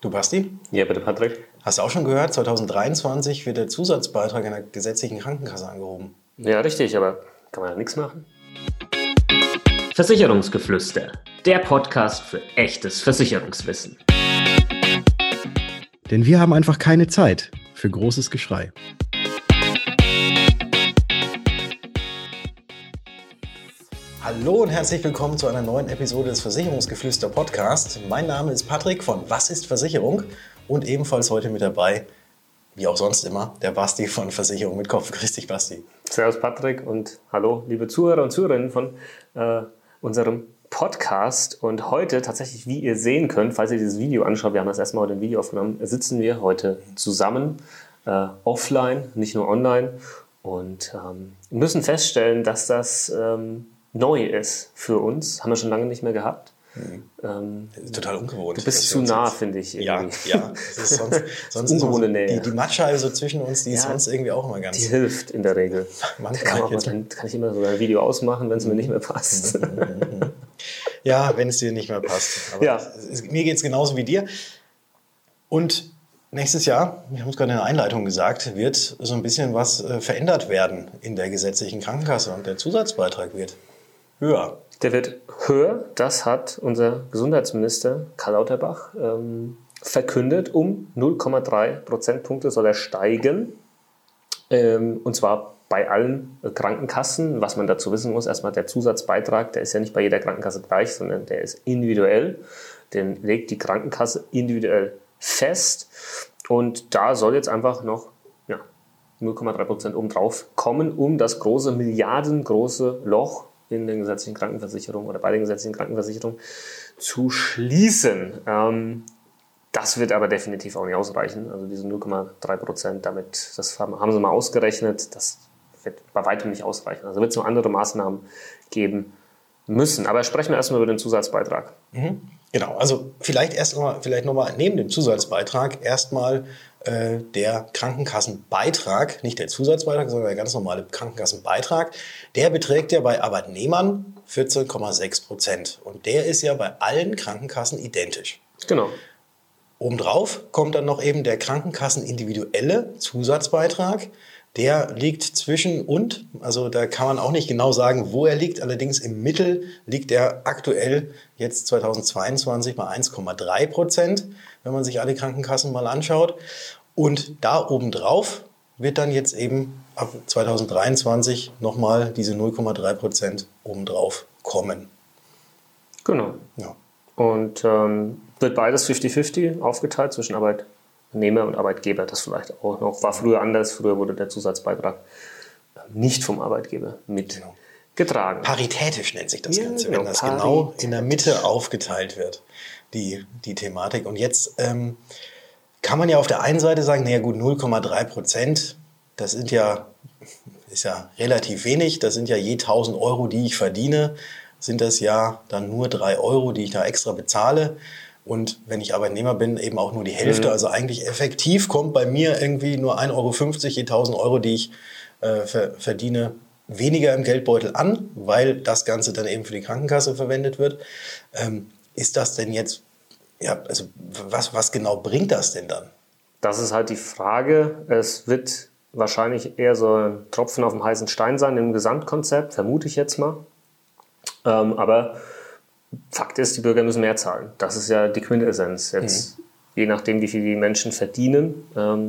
Du Basti? Ja, bitte Patrick. Hast du auch schon gehört, 2023 wird der Zusatzbeitrag in der gesetzlichen Krankenkasse angehoben. Ja, richtig, aber kann man ja nichts machen. Versicherungsgeflüster, der Podcast für echtes Versicherungswissen. Denn wir haben einfach keine Zeit für großes Geschrei. Hallo und herzlich willkommen zu einer neuen Episode des Versicherungsgeflüster Podcast. Mein Name ist Patrick von Was ist Versicherung? Und ebenfalls heute mit dabei, wie auch sonst immer, der Basti von Versicherung mit Kopf. Grüß dich, Basti. Servus Patrick und hallo liebe Zuhörer und Zuhörerinnen von unserem Podcast. Und heute tatsächlich, wie ihr sehen könnt, falls ihr dieses Video anschaut, wir haben das erste Mal heute ein Video aufgenommen, sitzen wir heute zusammen, offline, nicht nur online, und müssen feststellen, dass das neu ist für uns. Haben wir schon lange nicht mehr gehabt. Total ungewohnt. Du bist zu nah, finde ich. Irgendwie. Ja. Das ist sonst ungewohnte Nähe. Die Mattscheibe so zwischen uns, die ist sonst irgendwie auch immer ganz... Die hilft in der Regel. Dann kann ich immer so ein Video ausmachen, wenn es mir nicht mehr passt. Ja, wenn es dir nicht mehr passt. Aber mir geht es genauso wie dir. Und nächstes Jahr, wir haben es gerade in der Einleitung gesagt, wird so ein bisschen was verändert werden in der gesetzlichen Krankenkasse. Und der Zusatzbeitrag wird höher. Der wird höher, das hat unser Gesundheitsminister Karl Lauterbach verkündet. Um 0,3 Prozentpunkte soll er steigen. Und zwar bei allen Krankenkassen. Was man dazu wissen muss, erstmal der Zusatzbeitrag, der ist ja nicht bei jeder Krankenkasse gleich, sondern der ist individuell. Den legt die Krankenkasse individuell fest. Und da soll jetzt einfach noch 0,3% obendrauf kommen, um das große, milliardengroße Loch in den gesetzlichen Krankenversicherungen oder bei den gesetzlichen Krankenversicherungen zu schließen. Das wird aber definitiv auch nicht ausreichen. Also diese 0,3%, das haben sie mal ausgerechnet, das wird bei weitem nicht ausreichen. Also wird es noch andere Maßnahmen geben müssen. Aber sprechen wir erstmal über den Zusatzbeitrag. Genau, also vielleicht nochmal neben dem Zusatzbeitrag erstmal der Krankenkassenbeitrag, nicht der Zusatzbeitrag, sondern der ganz normale Krankenkassenbeitrag, der beträgt ja bei Arbeitnehmern 14,6%. Und der ist ja bei allen Krankenkassen identisch. Genau. Obendrauf kommt dann noch eben der Krankenkassenindividuelle Zusatzbeitrag. Der liegt also da kann man auch nicht genau sagen, wo er liegt. Allerdings im Mittel liegt er aktuell jetzt 2022 bei 1,3%, wenn man sich alle Krankenkassen mal anschaut. Und da obendrauf wird dann jetzt eben ab 2023 nochmal diese 0,3% obendrauf kommen. Genau. Ja. Und wird beides 50-50 aufgeteilt zwischen Arbeitnehmer und Arbeitgeber. Das vielleicht auch noch war früher anders. Früher wurde der Zusatzbeitrag nicht vom Arbeitgeber mitgetragen. Paritätisch nennt sich das Ganze, genau, wenn das genau in der Mitte aufgeteilt wird, die Thematik. Und jetzt kann man ja auf der einen Seite sagen, naja gut, 0,3%, das ist ja relativ wenig. Das sind ja je 1.000 Euro, die ich verdiene, sind das ja dann nur 3 Euro, die ich da extra bezahle. Und wenn ich Arbeitnehmer bin, eben auch nur die Hälfte. Also eigentlich effektiv kommt bei mir irgendwie nur 1,50 Euro je 1.000 Euro, die ich verdiene, weniger im Geldbeutel an, weil das Ganze dann eben für die Krankenkasse verwendet wird. Ist das denn jetzt, also was genau bringt das denn dann? Das ist halt die Frage. Es wird wahrscheinlich eher so ein Tropfen auf dem heißen Stein sein im Gesamtkonzept, vermute ich jetzt mal. Aber Fakt ist, die Bürger müssen mehr zahlen. Das ist ja die Quintessenz. Jetzt, je nachdem, wie viel die Menschen verdienen,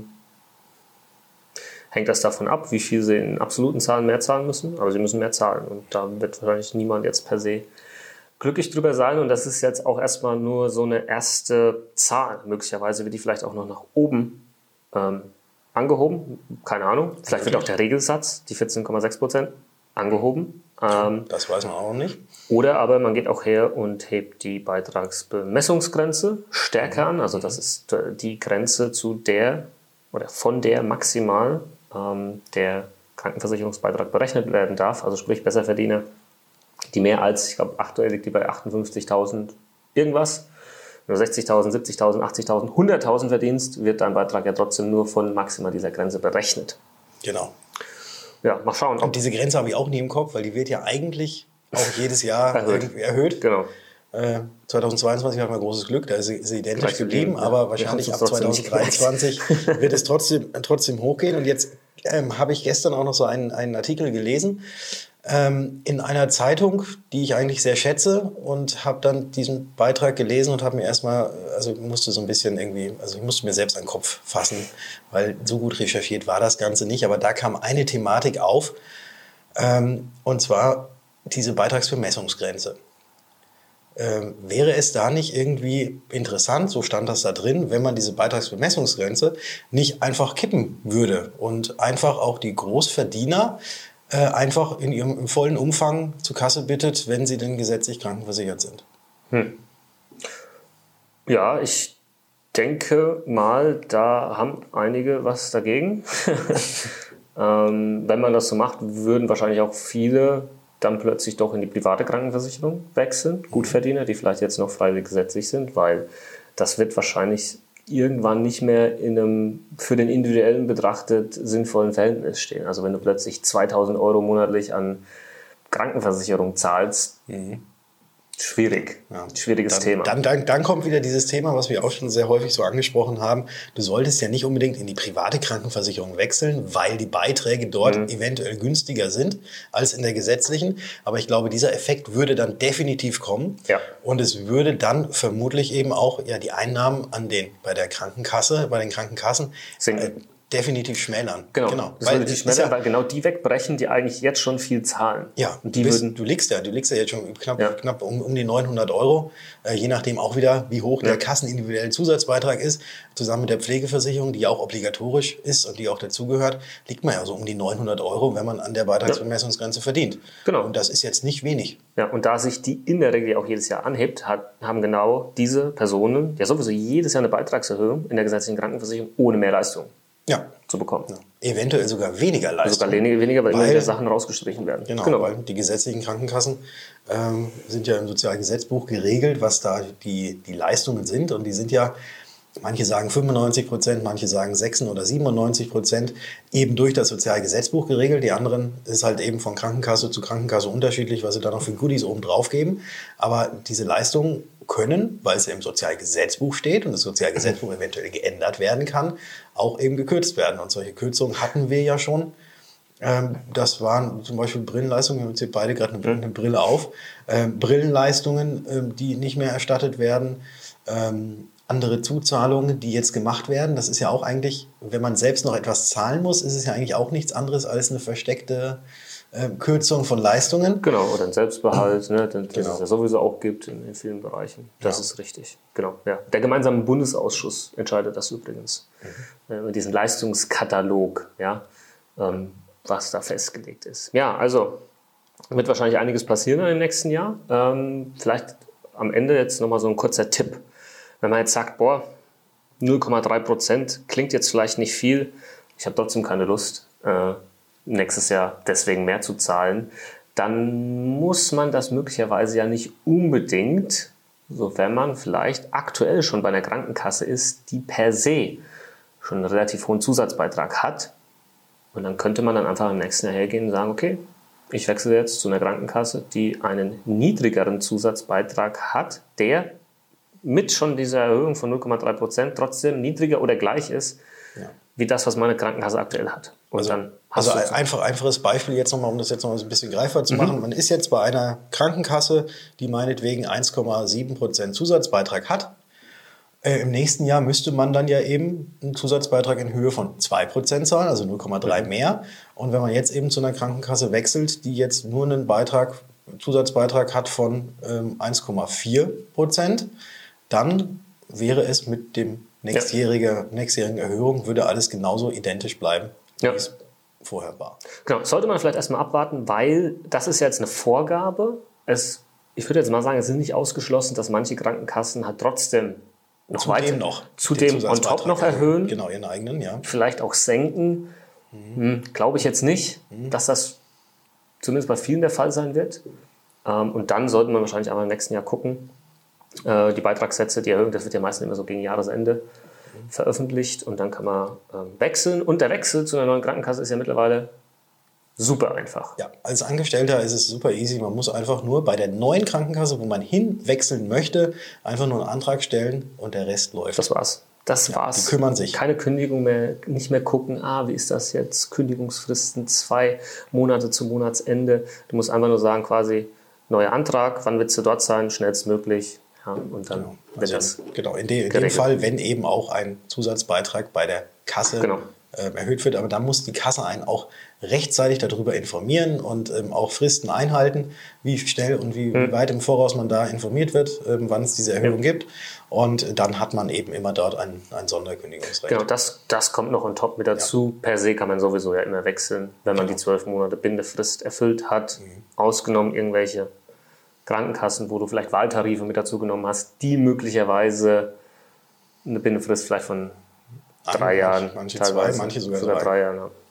hängt das davon ab, wie viel sie in absoluten Zahlen mehr zahlen müssen. Aber sie müssen mehr zahlen. Und da wird wahrscheinlich niemand jetzt per se glücklich drüber sein. Und das ist jetzt auch erstmal nur so eine erste Zahl. Möglicherweise wird die vielleicht auch noch nach oben angehoben. Keine Ahnung. Vielleicht wird auch der Regelsatz, die 14,6%, angehoben. Das weiß man auch nicht. Oder aber man geht auch her und hebt die Beitragsbemessungsgrenze stärker an. Also das ist die Grenze von der maximal der Krankenversicherungsbeitrag berechnet werden darf. Also sprich Besserverdiener, die mehr als, ich glaube aktuell liegt die bei 58.000 irgendwas. Wenn du 60.000, 70.000, 80.000, 100.000 verdienst, wird dein Beitrag ja trotzdem nur von maximal dieser Grenze berechnet. Genau. Ja, mal schauen. Und diese Grenze habe ich auch nie im Kopf, weil die wird ja eigentlich auch jedes Jahr irgendwie erhöht. Genau. 2022 hatten wir großes Glück, da ist sie identisch Gleich geblieben, ja. aber wahrscheinlich ab 2023 wird es trotzdem hochgehen. Und jetzt habe ich gestern auch noch so einen Artikel gelesen in einer Zeitung, die ich eigentlich sehr schätze, und habe dann diesen Beitrag gelesen und habe mir erstmal, also musste so ein bisschen irgendwie, also ich musste mir selbst an den Kopf fassen, weil so gut recherchiert war das Ganze nicht, aber da kam eine Thematik auf, und zwar diese Beitragsbemessungsgrenze. Wäre es da nicht irgendwie interessant, so stand das da drin, wenn man diese Beitragsbemessungsgrenze nicht einfach kippen würde und einfach auch die Großverdiener einfach im vollen Umfang zur Kasse bittet, wenn sie denn gesetzlich krankenversichert sind? Ja, ich denke mal, da haben einige was dagegen. Wenn man das so macht, würden wahrscheinlich auch viele dann plötzlich doch in die private Krankenversicherung wechseln. Gutverdiener, die vielleicht jetzt noch freiwillig gesetzlich sind, weil das wird wahrscheinlich irgendwann nicht mehr in einem für den Individuellen betrachtet sinnvollen Verhältnis stehen. Also wenn du plötzlich 2.000 Euro monatlich an Krankenversicherung zahlst, schwierig. Ja. Schwieriges Thema. Dann kommt wieder dieses Thema, was wir auch schon sehr häufig so angesprochen haben. Du solltest ja nicht unbedingt in die private Krankenversicherung wechseln, weil die Beiträge dort eventuell günstiger sind als in der gesetzlichen. Aber ich glaube, dieser Effekt würde dann definitiv kommen. Ja. Und es würde dann vermutlich eben auch die Einnahmen bei den Krankenkassen definitiv schmälern. Genau. Das würde die schmälern, weil genau die wegbrechen, die eigentlich jetzt schon viel zahlen. Ja, und du liegst ja jetzt schon knapp um die 900 Euro, je nachdem auch wieder, wie hoch der kassenindividuelle Zusatzbeitrag ist. Zusammen mit der Pflegeversicherung, die auch obligatorisch ist und die auch dazugehört, liegt man ja so um die 900 Euro, wenn man an der Beitragsbemessungsgrenze verdient. Genau. Und das ist jetzt nicht wenig. Ja, und da sich die in der Regel auch jedes Jahr anhebt, haben genau diese Personen ja sowieso jedes Jahr eine Beitragserhöhung in der gesetzlichen Krankenversicherung ohne mehr Leistung zu bekommen. Ja. Eventuell sogar weniger Leistung. Sogar weniger, weil immer wieder Sachen rausgestrichen werden. Genau, weil die gesetzlichen Krankenkassen sind ja im Sozialgesetzbuch geregelt, was da die Leistungen sind. Und die sind ja, manche sagen 95%, manche sagen 96 oder 97%, eben durch das Sozialgesetzbuch geregelt. Die anderen ist halt eben von Krankenkasse zu Krankenkasse unterschiedlich, was sie da noch für Goodies oben drauf geben. Aber diese Leistungen können, weil es ja im Sozialgesetzbuch steht und das Sozialgesetzbuch eventuell geändert werden kann, auch eben gekürzt werden. Und solche Kürzungen hatten wir ja schon. Das waren zum Beispiel Brillenleistungen, wir haben jetzt hier beide gerade eine Brille auf, Brillenleistungen, die nicht mehr erstattet werden, andere Zuzahlungen, die jetzt gemacht werden. Das ist ja auch eigentlich, wenn man selbst noch etwas zahlen muss, ist es ja eigentlich auch nichts anderes als eine versteckte Kürzung von Leistungen. Genau, oder ein Selbstbehalt, den es ja sowieso auch gibt in vielen Bereichen. Das ist richtig. Genau, ja. Der gemeinsame Bundesausschuss entscheidet das übrigens. Mit diesem Leistungskatalog, was da festgelegt ist. Ja, also wird wahrscheinlich einiges passieren im nächsten Jahr. Vielleicht am Ende jetzt nochmal so ein kurzer Tipp. Wenn man jetzt sagt, 0,3% klingt jetzt vielleicht nicht viel, ich habe trotzdem keine Lust, nächstes Jahr deswegen mehr zu zahlen, dann muss man das möglicherweise ja nicht unbedingt, sofern man vielleicht aktuell schon bei einer Krankenkasse ist, die per se schon einen relativ hohen Zusatzbeitrag hat. Und dann könnte man dann einfach im nächsten Jahr hergehen und sagen, okay, ich wechsle jetzt zu einer Krankenkasse, die einen niedrigeren Zusatzbeitrag hat, der mit schon dieser Erhöhung von 0,3% trotzdem niedriger oder gleich ist, wie das, was meine Krankenkasse aktuell hat. Und dann einfaches Beispiel jetzt nochmal, um das jetzt noch ein bisschen greifbar zu machen. Man ist jetzt bei einer Krankenkasse, die meinetwegen 1,7% Zusatzbeitrag hat. Im nächsten Jahr müsste man dann ja eben einen Zusatzbeitrag in Höhe von 2% zahlen, also 0,3 mehr. Und wenn man jetzt eben zu einer Krankenkasse wechselt, die jetzt nur einen Zusatzbeitrag hat von 1,4%, dann wäre es mit dem nächstjährigen Erhöhung, würde alles genauso identisch bleiben, wie es vorher war. Genau, sollte man vielleicht erstmal abwarten, weil das ist ja jetzt eine Vorgabe. Ich würde jetzt mal sagen, es ist nicht ausgeschlossen, dass manche Krankenkassen halt trotzdem zudem on top noch erhöhen. Genau, ihren eigenen, Vielleicht auch senken. Glaube ich jetzt nicht, dass das zumindest bei vielen der Fall sein wird. Und dann sollte man wahrscheinlich aber im nächsten Jahr gucken. Die Beitragssätze, die Erhöhung, das wird ja meistens immer so gegen Jahresende veröffentlicht und dann kann man wechseln. Und der Wechsel zu einer neuen Krankenkasse ist ja mittlerweile super einfach. Ja, als Angestellter ist es super easy. Man muss einfach nur bei der neuen Krankenkasse, wo man hinwechseln möchte, einfach nur einen Antrag stellen und der Rest läuft. Das war's. Das war's. Die kümmern sich. Keine Kündigung mehr, nicht mehr gucken, wie ist das jetzt? Kündigungsfristen 2 Monate zum Monatsende. Du musst einfach nur sagen, quasi, neuer Antrag, wann willst du dort sein? Schnellstmöglich. Ja, und dann wird das genau, in dem Fall, wenn eben auch ein Zusatzbeitrag bei der Kasse erhöht wird. Aber dann muss die Kasse einen auch rechtzeitig darüber informieren und auch Fristen einhalten, wie schnell und wie weit im Voraus man da informiert wird, wann es diese Erhöhung gibt. Und dann hat man eben immer dort ein Sonderkündigungsrecht. Genau, das kommt noch on top mit dazu. Ja. Per se kann man sowieso ja immer wechseln, wenn man die 12 Monate Bindefrist erfüllt hat. Ausgenommen irgendwelche Krankenkassen, wo du vielleicht Wahltarife mit dazu genommen hast, die möglicherweise eine Bindefrist vielleicht von 3 Jahren, manche teilweise, 2, manche sogar 3 Jahren haben.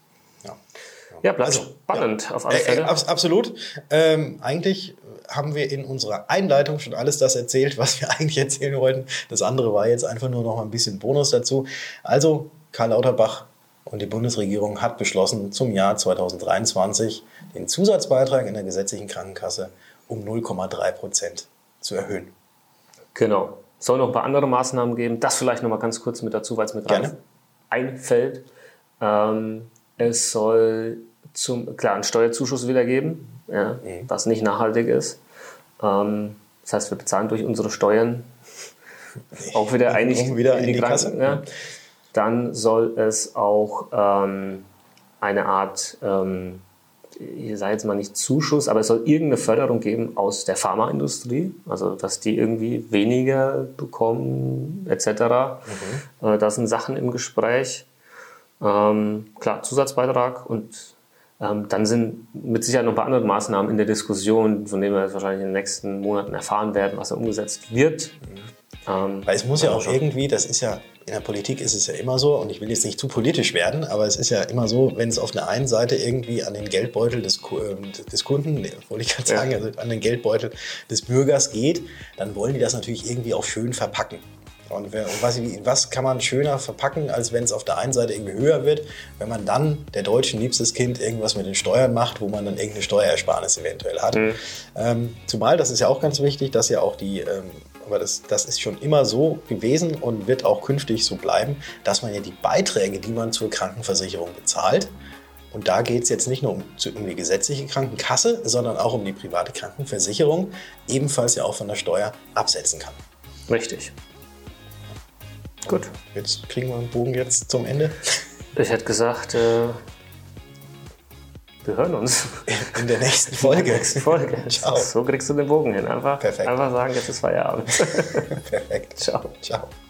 Ja, bleibt spannend auf alle Fälle. Absolut. Eigentlich haben wir in unserer Einleitung schon alles das erzählt, was wir eigentlich erzählen wollten. Das andere war jetzt einfach nur noch mal ein bisschen Bonus dazu. Also Karl Lauterbach und die Bundesregierung hat beschlossen, zum Jahr 2023 den Zusatzbeitrag in der gesetzlichen Krankenkasse um 0,3% zu erhöhen. Genau. Soll noch ein paar andere Maßnahmen geben. Das vielleicht noch mal ganz kurz mit dazu, weil es mir gerade einfällt. Es soll einen Steuerzuschuss wieder geben, was nicht nachhaltig ist. Das heißt, wir bezahlen durch unsere Steuern auch wieder eigentlich in die Kasse. Ja. Dann soll es auch eine Art, ich sage jetzt mal nicht Zuschuss, aber es soll irgendeine Förderung geben aus der Pharmaindustrie, also dass die irgendwie weniger bekommen etc. Da sind Sachen im Gespräch. Klar, Zusatzbeitrag und dann sind mit Sicherheit noch ein paar andere Maßnahmen in der Diskussion, von denen wir jetzt wahrscheinlich in den nächsten Monaten erfahren werden, was da umgesetzt wird. Weil es muss ja auch irgendwie, das ist ja, in der Politik ist es ja immer so, und ich will jetzt nicht zu politisch werden, aber es ist ja immer so, wenn es auf der einen Seite irgendwie an den Geldbeutel des Kunden, wollte ich gerade sagen, also an den Geldbeutel des Bürgers geht, dann wollen die das natürlich irgendwie auch schön verpacken. Und was kann man schöner verpacken, als wenn es auf der einen Seite irgendwie höher wird, wenn man dann der Deutschen liebstes Kind irgendwas mit den Steuern macht, wo man dann irgendeine Steuerersparnis eventuell hat. Zumal, das ist ja auch ganz wichtig, dass ja auch aber das ist schon immer so gewesen und wird auch künftig so bleiben, dass man ja die Beiträge, die man zur Krankenversicherung bezahlt, und da geht es jetzt nicht nur um die gesetzliche Krankenkasse, sondern auch um die private Krankenversicherung, ebenfalls ja auch von der Steuer absetzen kann. Richtig. Gut. Jetzt kriegen wir einen Bogen jetzt zum Ende. Ich hätte gesagt, wir hören uns. In der nächsten Folge. Ciao. So kriegst du den Bogen hin. Einfach Perfekt. Einfach sagen, jetzt ist Feierabend. Perfekt. Ciao. Ciao.